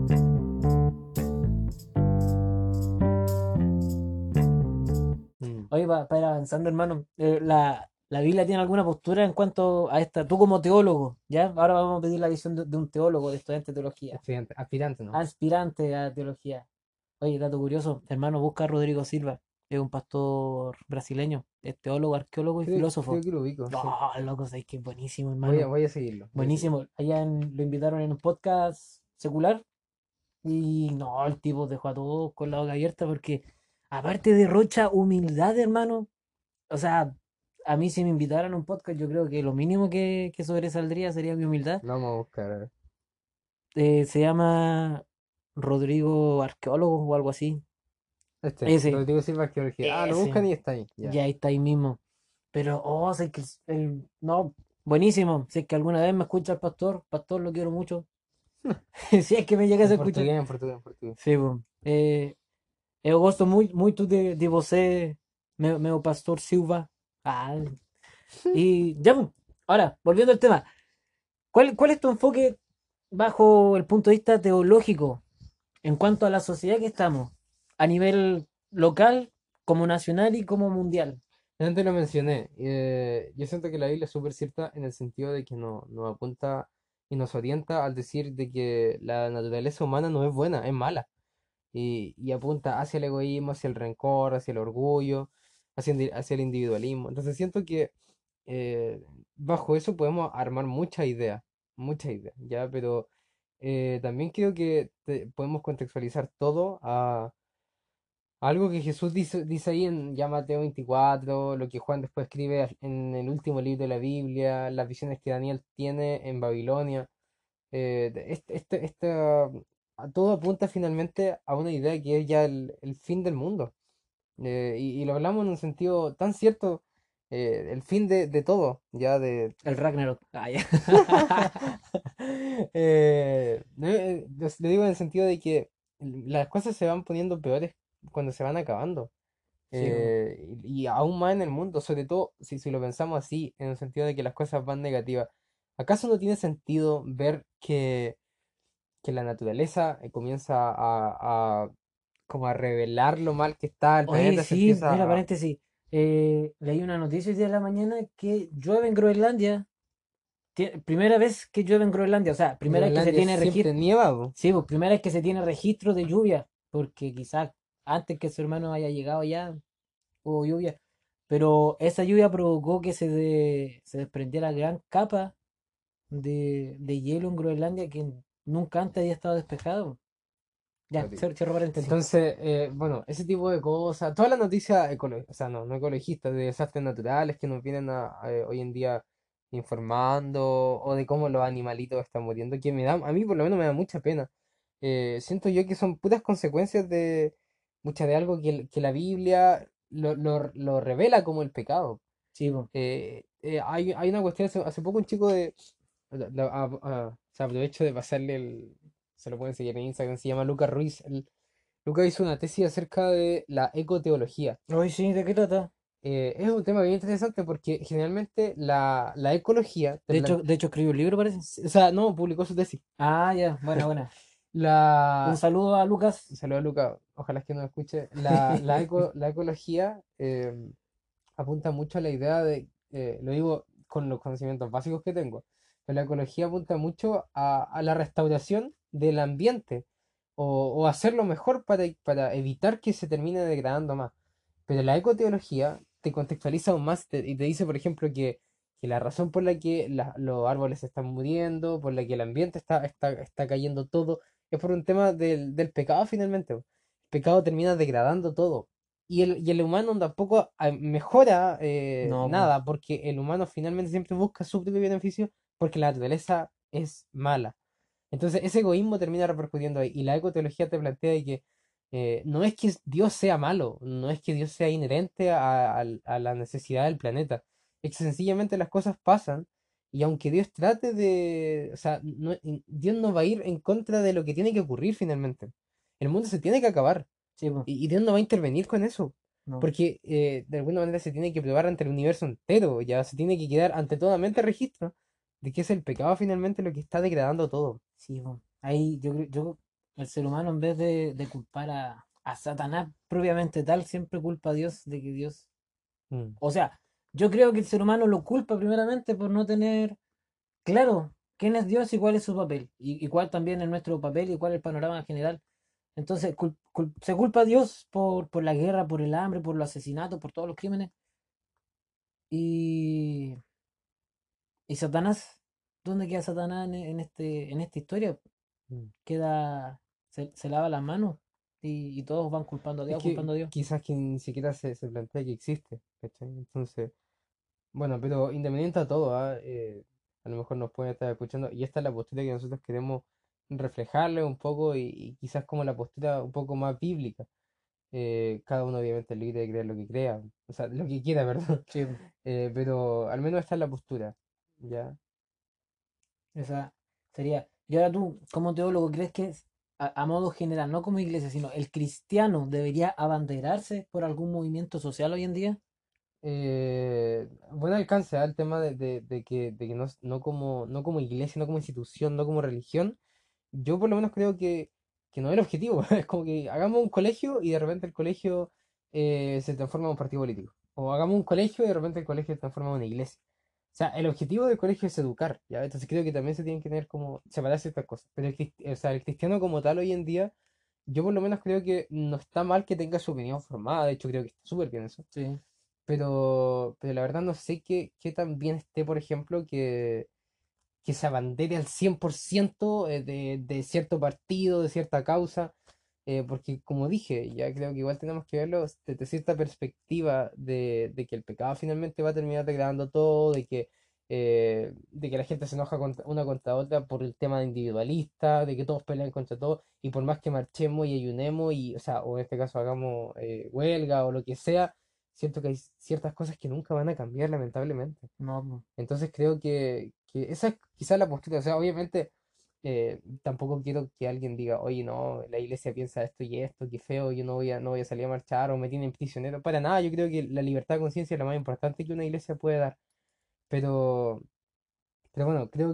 Mm. Oye, para ir avanzando, hermano, la Biblia tiene alguna postura en cuanto a esta, tú como teólogo, ¿ya? Ahora vamos a pedir la visión de un teólogo, de estudiante de teología, Aspirante, aspirante, ¿no? aspirante a teología. Oye, dato curioso, hermano, busca a Rodrigo Silva, es un pastor brasileño, es teólogo, arqueólogo y Creo filósofo. que lo ubico, sí. No, loco, sabes que es buenísimo, Voy a, hermano. voy a seguirlo, voy a seguirlo. Buenísimo. Lo invitaron en un podcast secular y no, el tipo dejó a todos con la boca abierta porque aparte derrocha humildad, hermano. O sea, a mí si me invitaran a un podcast, yo creo que lo mínimo que sobresaldría sería mi humildad. Lo vamos a buscar, a ver. Se llama Rodrigo Arqueólogo o algo así. Ese, Rodrigo Silva Arqueología. Ah, lo ese. buscan y está ahí, ya. Ya está ahí mismo. Pero, oh, sé que no, buenísimo. Sé que alguna vez me escucha el pastor. Pastor, lo quiero mucho. Si es que me llegas a En escuchar. portugués, en portugués, en portugués. Sí, pues. Eu gosto muito de você, meu pastor Silva. Ah, y ya, pues. Ahora, volviendo al tema. ¿Cuál es tu enfoque bajo el punto de vista teológico en cuanto a la sociedad que estamos? A nivel local, como nacional y como mundial. Antes lo mencioné. Yo siento que la Biblia es súper cierta en el sentido de que nos apunta y nos orienta al decir de que la naturaleza humana no es buena, es mala. Y apunta hacia el egoísmo, hacia el rencor, hacia el orgullo, hacia el individualismo. Entonces siento que eh, bajo eso podemos armar muchas ideas, ¿ya? Pero también creo que podemos contextualizar todo a algo que Jesús dice ahí en ya Mateo 24, lo que Juan después escribe en el último libro de la Biblia, las visiones que Daniel tiene en Babilonia. Todo apunta finalmente a una idea que es ya el fin del mundo. Y lo hablamos en un sentido tan cierto, el fin de todo, ya de... El Ragnarok. Ah, ya. no, lo digo en el sentido de que las cosas se van poniendo peores cuando se van acabando. Sí, po. Y aún más en el mundo, sobre todo si lo pensamos así, en el sentido de que las cosas van negativas. ¿Acaso no tiene sentido ver que la naturaleza comienza como a revelar lo mal que está, el Oye, planeta se sí, empieza mira, a... paréntesis. Leí una noticia hoy día de la mañana que llueve en Groenlandia. Primera vez que llueve en Groenlandia, o sea, En primera vez que se Groenlandia tiene siempre registro. nieva, po. Sí, pues primera vez que se tiene registro de lluvia, porque quizás antes que su hermano haya llegado ya hubo lluvia. Pero esa lluvia provocó que se desprendiera gran capa de hielo en Groenlandia que nunca antes había estado despejado. Ya, Cuático. cierro paréntesis. Entonces, bueno, ese tipo de cosas, todas las noticias o sea, no ecologistas, de desastres naturales que nos vienen hoy en día informando, o de cómo los animalitos están muriendo, que a mí por lo menos me da mucha pena. Siento yo que son puras consecuencias de muchas de algo que la Biblia lo revela como el pecado. Sí, pues. Hay una cuestión, hace poco un chico de... se aprovecho de pasarle se lo pueden seguir en Instagram, se llama Lucas Ruiz. Lucas hizo una tesis acerca de la ecoteología. Hoy sí, ¿de qué trata? Es un tema bien interesante porque generalmente la ecología te plantea... De hecho escribió un libro, parece. O sea, no, publicó su tesis. Ah, ya, buena, buena. Un La... saludo a Lucas. Saludos a Lucas, ojalá es que nos escuche. La ecología apunta mucho a la idea de, lo digo con los conocimientos básicos que tengo, pero la ecología apunta mucho a la restauración del ambiente o hacerlo mejor para evitar que se termine degradando más. Pero la ecoteología te contextualiza aún más y te dice, por ejemplo, que la razón por la que los árboles se están muriendo, por la que el ambiente está cayendo todo, es por un tema del pecado finalmente. El pecado termina degradando todo. Y el humano tampoco mejora No, pues. nada, porque el humano finalmente siempre busca su propio beneficio, porque la naturaleza es mala. Entonces ese egoísmo termina repercutiendo ahí. Y la ecoteología te plantea de que no es que Dios sea malo, no es que Dios sea inherente a la necesidad del planeta. Es que sencillamente las cosas pasan y aunque Dios trate de... O sea, Dios no va a ir en contra de lo que tiene que ocurrir finalmente. El mundo se tiene que acabar Sí, pues. y Dios no va a intervenir con eso. No. Porque de alguna manera se tiene que probar ante el universo entero, ya se tiene que quedar ante toda mente registro de que es el pecado finalmente lo que está degradando todo. Sí, po. Ahí yo creo, el ser humano en vez de culpar a Satanás propiamente tal, siempre culpa a Dios de que Dios... Mm, O sea, yo creo que el ser humano lo culpa primeramente por no tener claro quién es Dios y cuál es su papel, y cuál también es nuestro papel y cuál es el panorama general. Entonces, se culpa a Dios por la guerra, por el hambre, por los asesinatos, por todos los crímenes. Y, y Satanás, ¿dónde queda Satanás en esta historia? mm. Queda, se lava las manos y todos van culpando a Es Dios, que culpando a Dios. quizás que ni siquiera se plantea que existe, ¿cachai? Entonces, bueno, pero independiente a todo, ¿ah? A lo mejor nos pueden estar escuchando, y esta es la postura que nosotros queremos reflejarle un poco y quizás como la postura un poco más bíblica. Cada uno obviamente es libre de creer lo que crea, o sea, lo que quiera, perdón. Sí, Pero al menos esta es la postura, ¿ya? esa sería. Y ahora tú, como teólogo, ¿crees que a modo general, no como iglesia, sino el cristiano debería abanderarse por algún movimiento social hoy en día? Buen alcance al tema de que no, no como iglesia, no como institución, no como religión. Yo por lo menos creo que no es el objetivo. Es como que hagamos un colegio y de repente el colegio se transforma en un partido político. O hagamos un colegio y de repente el colegio se transforma en una iglesia. O sea, el objetivo del colegio es educar, ¿ya? Entonces creo que también se tienen que tener como separar ciertas cosas. Pero o sea, el cristiano como tal hoy en día, yo por lo menos creo que no está mal que tenga su opinión formada. De hecho, creo que está súper bien eso. Sí. Pero la verdad no sé qué tan bien esté, por ejemplo, que se abandere al 100% de cierto partido, de cierta causa, porque como dije, ya creo que igual tenemos que verlo desde cierta perspectiva de que el pecado finalmente va a terminar degradando todo, de que la gente se enoja una contra otra por el tema de individualista, de que todos pelean contra todos, y por más que marchemos y ayunemos, o sea, o en este caso hagamos huelga o lo que sea, siento que hay ciertas cosas que nunca van a cambiar, lamentablemente. No, Entonces creo que esa es quizás la postura. O sea, obviamente tampoco quiero que alguien diga, oye, no, la iglesia piensa esto y esto, qué feo, yo no voy a salir a marchar o me tienen prisionero. Para nada, yo creo que la libertad de conciencia es lo más importante que una iglesia puede dar. Pero, pero bueno, creo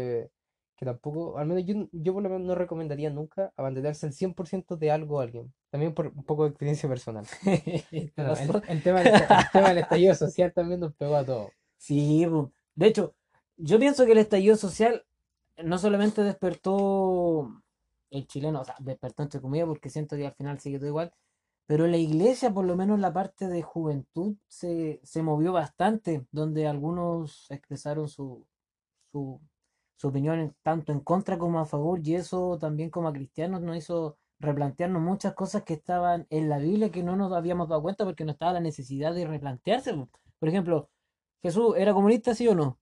que tampoco, al menos yo por lo menos no recomendaría nunca abandonarse al 100% de algo a alguien. También por un poco de experiencia personal. ¿te Bueno, pasó? el tema del estallido social también nos pegó a todos. Sí, po. De hecho, yo pienso que el estallido social no solamente despertó el chileno, o sea, despertó entre comillas porque siento que al final sigue todo igual, pero la iglesia, por lo menos la parte de juventud, se movió bastante, donde algunos expresaron su, su opinión tanto en contra como a favor, y eso también como a cristianos nos hizo replantearnos muchas cosas que estaban en la Biblia que no nos habíamos dado cuenta porque no estaba la necesidad de replantearse, po. Por ejemplo, ¿Jesús era comunista, sí o no?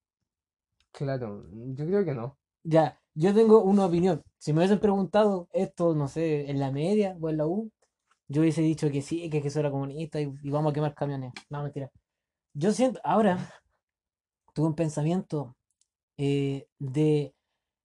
Claro, yo creo que no. Ya, yo tengo una opinión. Si me hubiesen preguntado esto, no sé, en la media o en la U, yo hubiese dicho que sí, que Jesús era comunista y vamos a quemar camiones. No, mentira. Yo siento, ahora tuve un pensamiento de,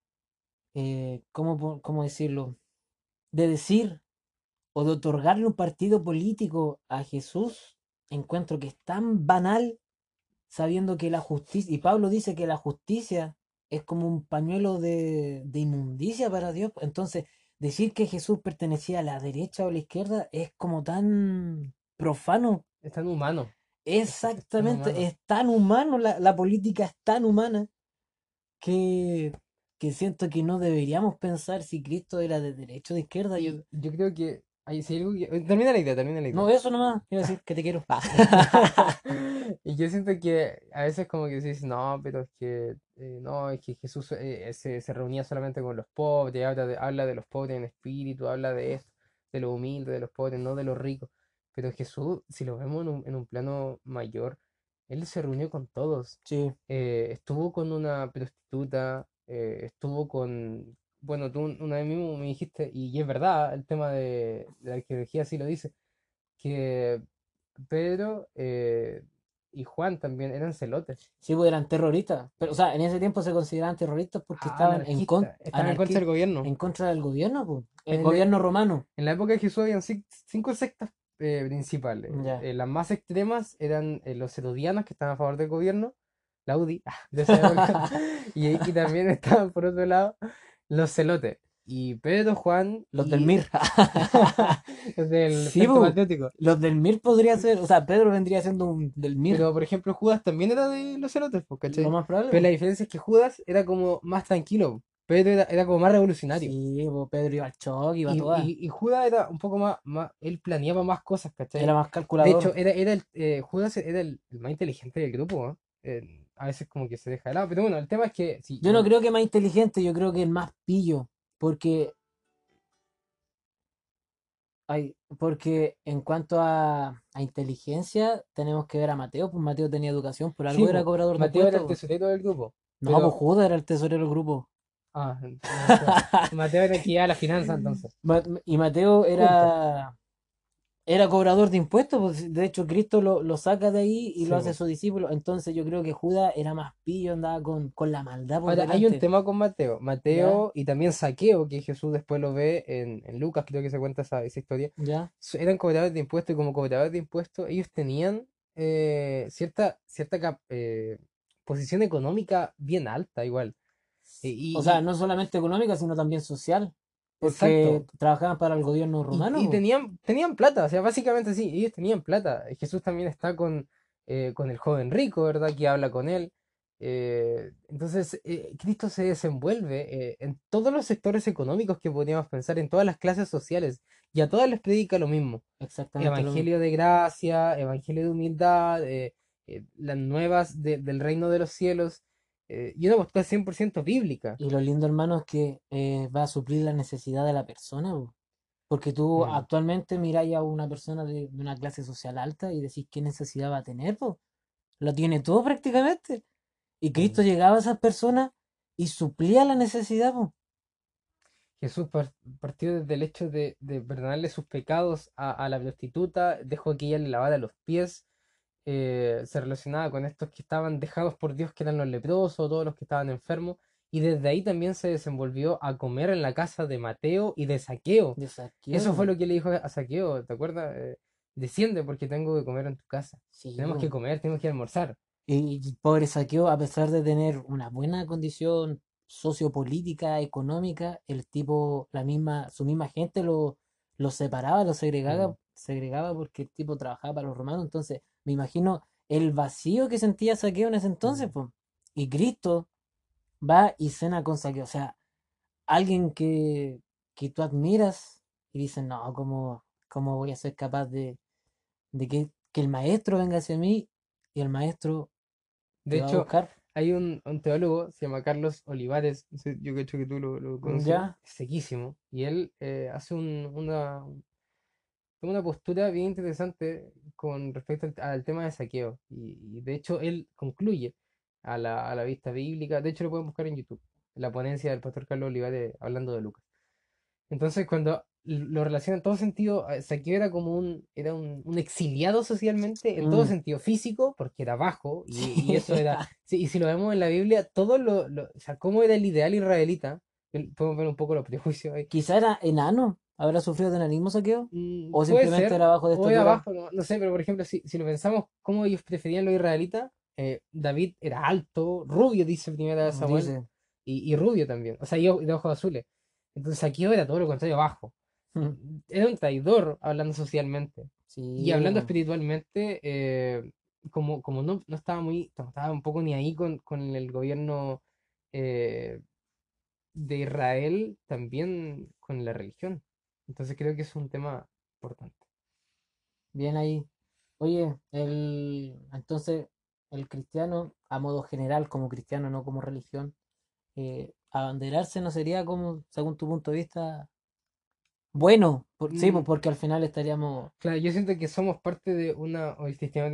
¿cómo decirlo? De decir o de otorgarle un partido político a Jesús, encuentro que es tan banal sabiendo que la justicia, y Pablo dice que la justicia es como un pañuelo de inmundicia para Dios. Entonces, decir que Jesús pertenecía a la derecha o a la izquierda es como tan profano. Es tan humano. Es tan Exactamente, humano. es tan humano, la política es tan humana que, que siento que no deberíamos pensar si Cristo era de derecha o de izquierda. Yo, Yo creo que hay si hay algo termina la idea, termina la no, idea. eso nomás, quiero decir que te quiero. Y yo siento que a veces como que se dice, no, pero es que no, es que Jesús se reunía solamente con los pobres, habla de los pobres en espíritu, habla de eso, de los humildes, de los pobres, no de los ricos. Pero Jesús, si lo vemos en un plano mayor, él se reunió con todos. Sí, Estuvo con una prostituta, estuvo con, bueno, tú una vez mismo me dijiste, y es verdad, el tema de la arqueología sí lo dice, que Pedro y Juan también eran celotes, sí, pues eran terroristas. Pero, o sea, en ese tiempo se consideraban terroristas porque estaban anarquistas, estaban en contra del gobierno. en contra del gobierno, pues, el En, e- gobierno romano. en la época de Jesús habían cinco sectas principales. Ya. Las más extremas eran los herodianos, que estaban a favor del gobierno, la UDI, de esa época, y también estaban por otro lado los celotes. y Pedro, Juan Los del y Mir. los del Sí, Frente po. Patriótico. Los del Mir podría ser, o sea, Pedro vendría siendo un del Mir, Pero, por ejemplo, Judas también era de los celotes, pues, lo ¿cachai? más probable, Pero la po. diferencia es que Judas era como más tranquilo. Pedro era como más revolucionario. Sí, po, Pedro iba al choque, iba a Y, todas. y Judas era un poco más, él planeaba más cosas, Era ¿cachai? más De calculador. hecho, Judas era el más inteligente del grupo, ¿no? A veces como que se deja de lado, pero bueno, el tema es que, sí, Yo no creo que más inteligente, yo creo que el más pillo. Porque, porque en cuanto a inteligencia, tenemos que ver a Mateo. Pues Mateo tenía educación, por sí, algo era po, cobrador de Mateo era impuestos, el po. tesorero del grupo, No, pues pero, Judas era el tesorero del grupo. Mateo era el que llevaba la finanza entonces, Y Mateo juntos, era cobrador de impuestos, pues de hecho Cristo lo saca de ahí y lo sí, hace po. su discípulo. Entonces yo creo que Judas era más pillo, andaba con la maldad por Ahora, hay un delante. tema con Mateo. ¿Ya? Mateo y también Saqueo, que Jesús después lo ve en Lucas, creo que se cuenta esa historia. ¿Ya? Eran cobradores de impuestos y como cobradores de impuestos ellos tenían cierta posición económica bien alta igual. O sea, Y, no solamente económica, sino también social. Porque exacto. trabajaban para el gobierno romano, Y po. tenían plata, o sea, básicamente sí, ellos tenían plata. Jesús también está con el joven rico, ¿verdad? Que habla con él. Entonces, Cristo se desenvuelve en todos los sectores económicos que podríamos pensar, en todas las clases sociales, y a todas les predica lo mismo. Exactamente lo mismo. Evangelio de gracia, evangelio de humildad, las nuevas del reino de los cielos, y una postura 100% bíblica. Y lo lindo, hermano, es que va a suplir la necesidad de la persona, po. Porque tú Mm, actualmente miráis a una persona de una clase social alta y decís qué necesidad va a tener, po. Lo tiene todo prácticamente. Y mm. Cristo llegaba a esas personas y suplía la necesidad, po. Jesús partió desde el hecho de perdonarle sus pecados a la prostituta, dejó que ella le lavara los pies, se relacionaba con estos que estaban dejados por Dios, que eran los leprosos, todos los que estaban enfermos, y desde ahí también se desenvolvió a comer en la casa de Mateo y de Saqueo. De saqueo, Eso fue po. lo que le dijo a Saqueo, ¿te acuerdas? Desciende porque tengo que comer en tu casa. Sí, Tenemos que po. comer, tenemos que almorzar. Y pobre saqueo, a pesar de tener una buena condición sociopolítica, económica, el tipo, su misma gente lo separaba, lo Mm, segregaba porque el tipo trabajaba para los romanos. Entonces, me imagino el vacío que sentía saqueo en ese entonces, mm. pues. Y Cristo va y cena con saqueo. O sea, alguien que tú admiras y dices, no, ¿cómo voy a ser capaz de que el maestro venga hacia mí y el maestro De te va a hecho, buscar? hay un teólogo, se llama Carlos Olivares, no sé, yo creo que tú lo conoces, Ya, es sequísimo, y él hace una postura bien interesante con respecto al tema de saqueo, y de hecho él concluye a la vista bíblica, de hecho lo pueden buscar en YouTube, la ponencia del pastor Carlos Olivares hablando de Lucas. Entonces, cuando lo relaciona en todo sentido, Saqueo era como un exiliado socialmente, en todo mm, sentido físico, porque era bajo, y sí. eso era, sí, y si lo vemos en la Biblia, todo o sea, cómo era el ideal israelita, podemos ver un poco los prejuicios ahí. Quizá era enano. ¿Habrá sufrido de enanismo saqueo? ¿O Puede simplemente ser, era bajo de o era estatura? bajo, no sé, pero por ejemplo, si lo pensamos, cómo ellos preferían los israelitas, David era alto, rubio, dice primera Samuel, Dice. y rubio también, o sea, y de ojos azules. Entonces Saqueo era todo lo contrario, bajo. Era un traidor hablando socialmente. Y Sí, hablando po. espiritualmente, como no estaba un poco ni ahí con el gobierno eh, de Israel, también con la religión. Entonces creo que es un tema importante. Bien ahí. Oye, entonces el cristiano, a modo general, como cristiano, no como religión, abanderarse no sería como, según tu punto de vista, bueno. Sí, pues Mm, porque al final estaríamos. claro, yo siento que somos parte de o el cristiano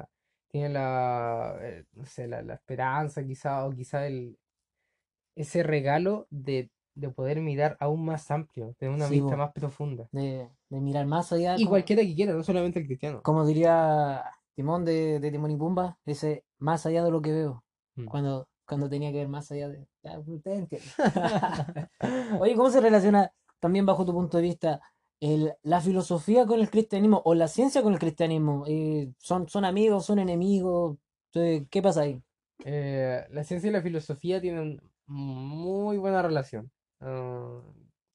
tiene no sé, la esperanza quizá, o quizá ese regalo de poder mirar aún más amplio, de una Sí, vista po, más profunda. de mirar más allá, Y cualquiera que quiera, no solamente el cristiano. como diría Timón de Timón y Pumba, dice, más allá de lo que veo, Mm. cuando tenía que ver más allá de. Ya, pues, ustedes entienden. Oye, ¿cómo se relaciona también bajo tu punto de vista la filosofía con el cristianismo o la ciencia con el cristianismo? ¿Son amigos, son enemigos? ¿Qué pasa ahí? La ciencia y la filosofía tienen muy buena relación. Ah,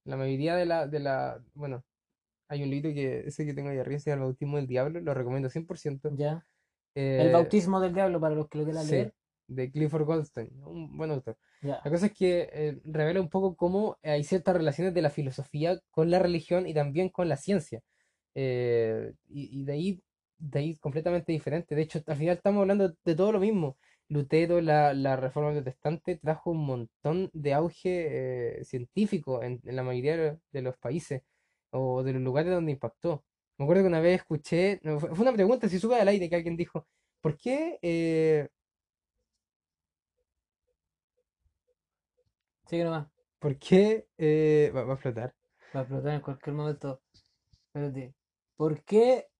La mayoría bueno, hay un libro que ese que tengo ahí arriba, se llama El bautismo del diablo, lo recomiendo 100%. ¿Ya? El Eh, bautismo del diablo, para los que lo quieran sí, leer. de Clifford Goldstein, un buen autor. Ya. La cosa es que revela un poco cómo hay ciertas relaciones de la filosofía con la religión y también con la ciencia. Y de ahí completamente diferente. De hecho, al final estamos hablando de todo lo mismo. Lutero, la Reforma Protestante, trajo un montón de auge científico en la mayoría de los países o de los lugares donde impactó. Me acuerdo que una vez escuché, no, fue una pregunta, si sube al aire, que alguien dijo, ¿por qué Sigue nomás. va a explotar? Va a explotar en cualquier momento. Espérate. ¿Por qué?